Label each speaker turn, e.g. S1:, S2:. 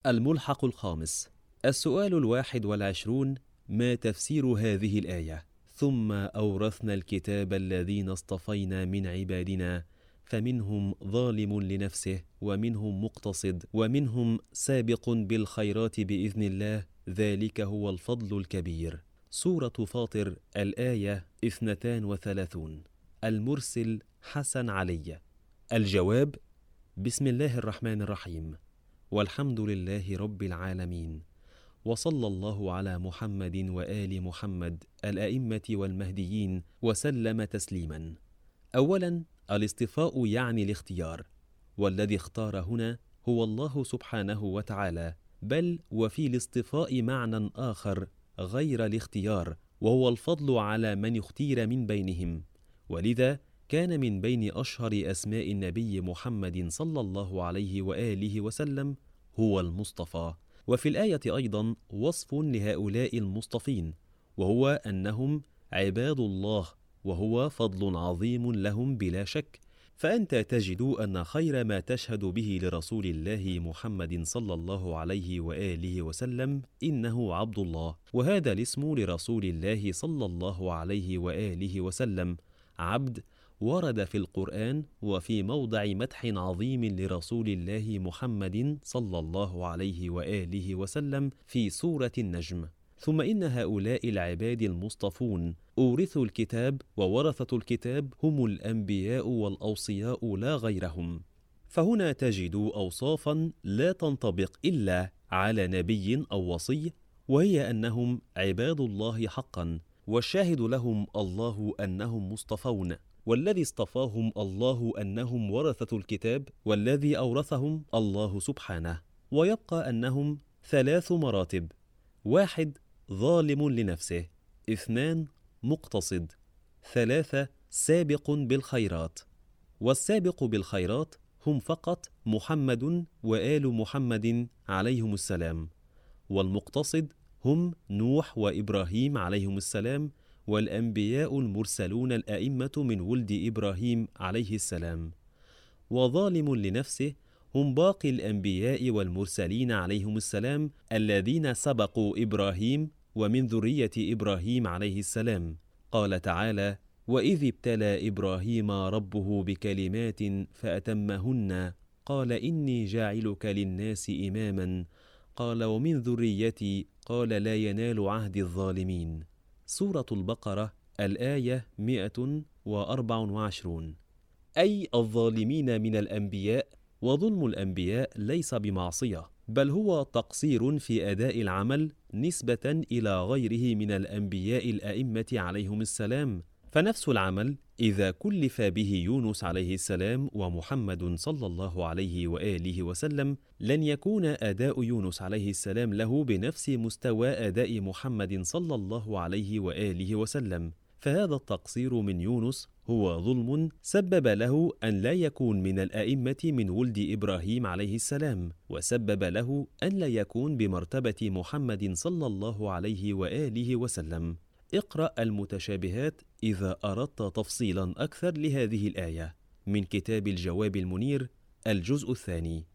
S1: الملحق الخامس. السؤال 21: ما تفسير هذه الآية؟ ثم أورثنا الكتاب الذين اصطفينا من عبادنا فمنهم ظالم لنفسه ومنهم مقتصد ومنهم سابق بالخيرات بإذن الله ذلك هو الفضل الكبير. سورة فاطر، الآية 32. المرسل حسن علي. الجواب: بسم الله الرحمن الرحيم، والحمد لله رب العالمين، وصلى الله على محمد وآل محمد الأئمة والمهديين وسلم تسليما. أولا، الاصطفاء يعني الاختيار، والذي اختار هنا هو الله سبحانه وتعالى، بل وفي الاصطفاء معنى آخر غير الاختيار، وهو الفضل على من اختير من بينهم. ولذا كان من بين أشهر أسماء النبي محمد صلى الله عليه وآله وسلم هو المصطفى. وفي الآية أيضا وصف لهؤلاء المصطفين، وهو أنهم عباد الله، وهو فضل عظيم لهم بلا شك. فأنت تجد أن خير ما تشهد به لرسول الله محمد صلى الله عليه وآله وسلم إنه عبد الله، وهذا الاسم لرسول الله صلى الله عليه وآله وسلم عبد ورد في القرآن وفي موضع مدح عظيم لرسول الله محمد صلى الله عليه وآله وسلم في سورة النجم. ثم إن هؤلاء العباد المصطفون أورثوا الكتاب، وورثة الكتاب هم الأنبياء والأوصياء لا غيرهم. فهنا تجد أوصافا لا تنطبق إلا على نبي أو وصي، وهي أنهم عباد الله حقا، والشاهد لهم الله أنهم مصطفون، والذي اصطفاهم الله أنهم ورثة الكتاب، والذي أورثهم الله سبحانه. ويبقى أنهم 3 مراتب: 1 ظالم لنفسه، 2 مقتصد، 3 سابق بالخيرات. والسابق بالخيرات هم فقط محمد وآل محمد عليهم السلام، والمقتصد هم نوح وإبراهيم عليهم السلام، والأنبياء المرسلون الأئمة من ولد إبراهيم عليه السلام. وظالم لنفسه هم باقي الأنبياء والمرسلين عليهم السلام الذين سبقوا إبراهيم ومن ذرية إبراهيم عليه السلام. قال تعالى: وإذ ابتلى إبراهيم ربه بكلمات فأتمهن قال إني جاعلك للناس إماما قال ومن ذريتي قال لا ينال عهد الظالمين. سورة البقرة، الآية 124. أي الظالمين من الأنبياء. وظلم الأنبياء ليس بمعصية، بل هو تقصير في أداء العمل نسبة إلى غيره من الأنبياء الأئمة عليهم السلام. فنفس العمل إذا كلف به يونس عليه السلام ومحمد صلى الله عليه وآله وسلم، لن يكون أداء يونس عليه السلام له بنفس مستوى أداء محمد صلى الله عليه وآله وسلم. فهذا التقصير من يونس هو ظلم سبب له أن لا يكون من الأئمة من ولد إبراهيم عليه السلام، وسبب له أن لا يكون بمرتبة محمد صلى الله عليه وآله وسلم. اقرأ المتشابهات إذا أردت تفصيلا أكثر لهذه الآية من كتاب الجواب المنير، الجزء 2.